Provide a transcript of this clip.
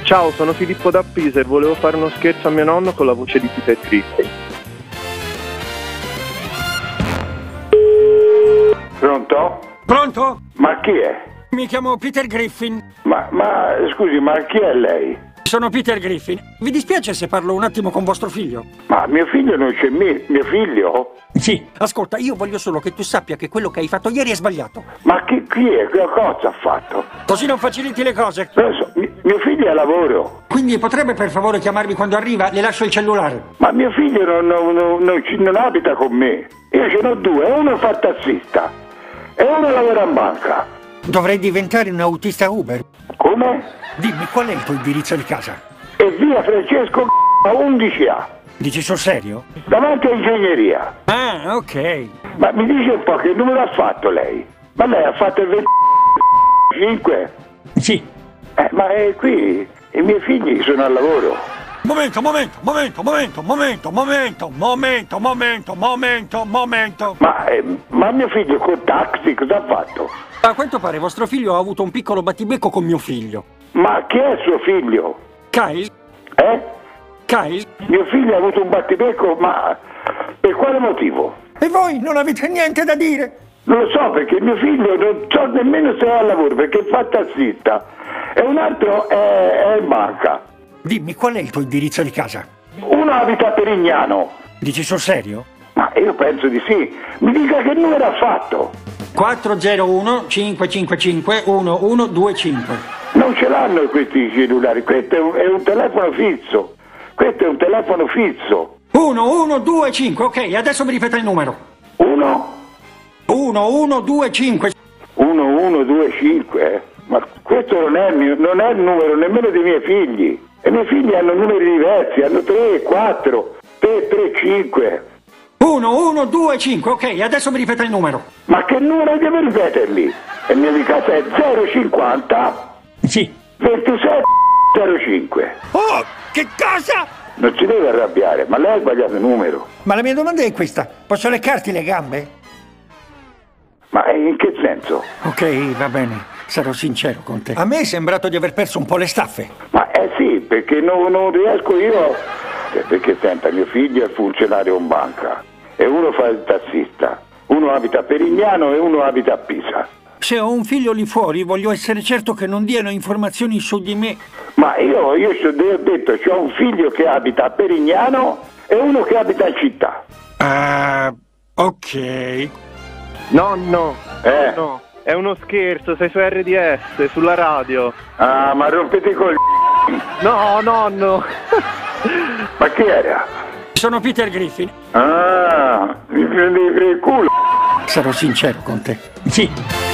Ciao, sono Filippo da Pisa e volevo fare uno scherzo a mio nonno con la voce di Peter Griffin. Pronto? Pronto? Ma chi è? Mi chiamo Peter Griffin. Ma scusi, ma chi è lei? Sono Peter Griffin. Vi dispiace se parlo un attimo con vostro figlio? Ma mio figlio non c'è mio figlio? Sì. Ascolta, io voglio solo che tu sappia che quello che hai fatto ieri è sbagliato. Ma chi è? Che cosa ha fatto? Così non faciliti le cose. Non so, mio figlio è a lavoro. Quindi potrebbe per favore chiamarmi quando arriva? Le lascio il cellulare. Ma mio figlio non abita con me. Io ce n'ho due, uno fa tassista e uno lavora in banca. Dovrei diventare un autista Uber. Come? Dimmi, qual è il tuo indirizzo di casa? E via Francesco a 11A. Dici sul serio? Davanti a ingegneria. Ah, ok. Ma mi dice un po' che numero ha fatto lei? Ma lei ha fatto il 25? Sì. Ma è qui, i miei figli sono al lavoro. Momento. Ma mio figlio col taxi cosa ha fatto? A quanto pare vostro figlio ha avuto un piccolo battibecco con mio figlio. Ma chi è suo figlio? Kyle? Kyle? Mio figlio ha avuto un battibecco, ma per quale motivo? E voi non avete niente da dire? Non lo so, perché mio figlio non so nemmeno se è al lavoro, perché fa tassista. E un altro è in banca. Dimmi, qual è il tuo indirizzo di casa? Uno abita a Perignano. Dici sul serio? Ma io penso di sì. Mi dica che numero ha fatto. 401-555-1125. Non ce l'hanno questi cellulari, questo è un telefono fisso. Questo è un telefono fisso. 1125, ok, adesso mi ripeta il numero. 1125. 1125? Ma questo non è il numero nemmeno dei miei figli. E i miei figli hanno numeri diversi, hanno 3, 4, 3, 5. 1125, ok, adesso mi ripeta il numero. Ma che numero deve ripeterli? E il mio di casa è 050 Sì. 26 05. Oh, che cosa? Non si deve arrabbiare, ma lei ha sbagliato il numero. Ma la mia domanda è questa: posso leccarti le gambe? Ma in che senso? Ok, va bene, sarò sincero con te. A me è sembrato di aver perso un po' le staffe. Ma sì, perché non riesco io. Perché senta, mio figlio è funzionario in banca e uno fa il tassista. Uno abita a Perignano e uno abita a Pisa. Se ho un figlio lì fuori, voglio essere certo che non diano informazioni su di me. Ma io ci ho detto, ho un figlio che abita a Perignano e uno che abita in città. Ok. Nonno, no, è uno scherzo, sei su RDS, sulla radio. Ah, ma rompete i coglioni. No, nonno. Ma chi era? Sono Peter Griffin. Ah, mi prendi per il culo. Sarò sincero con te. Sì.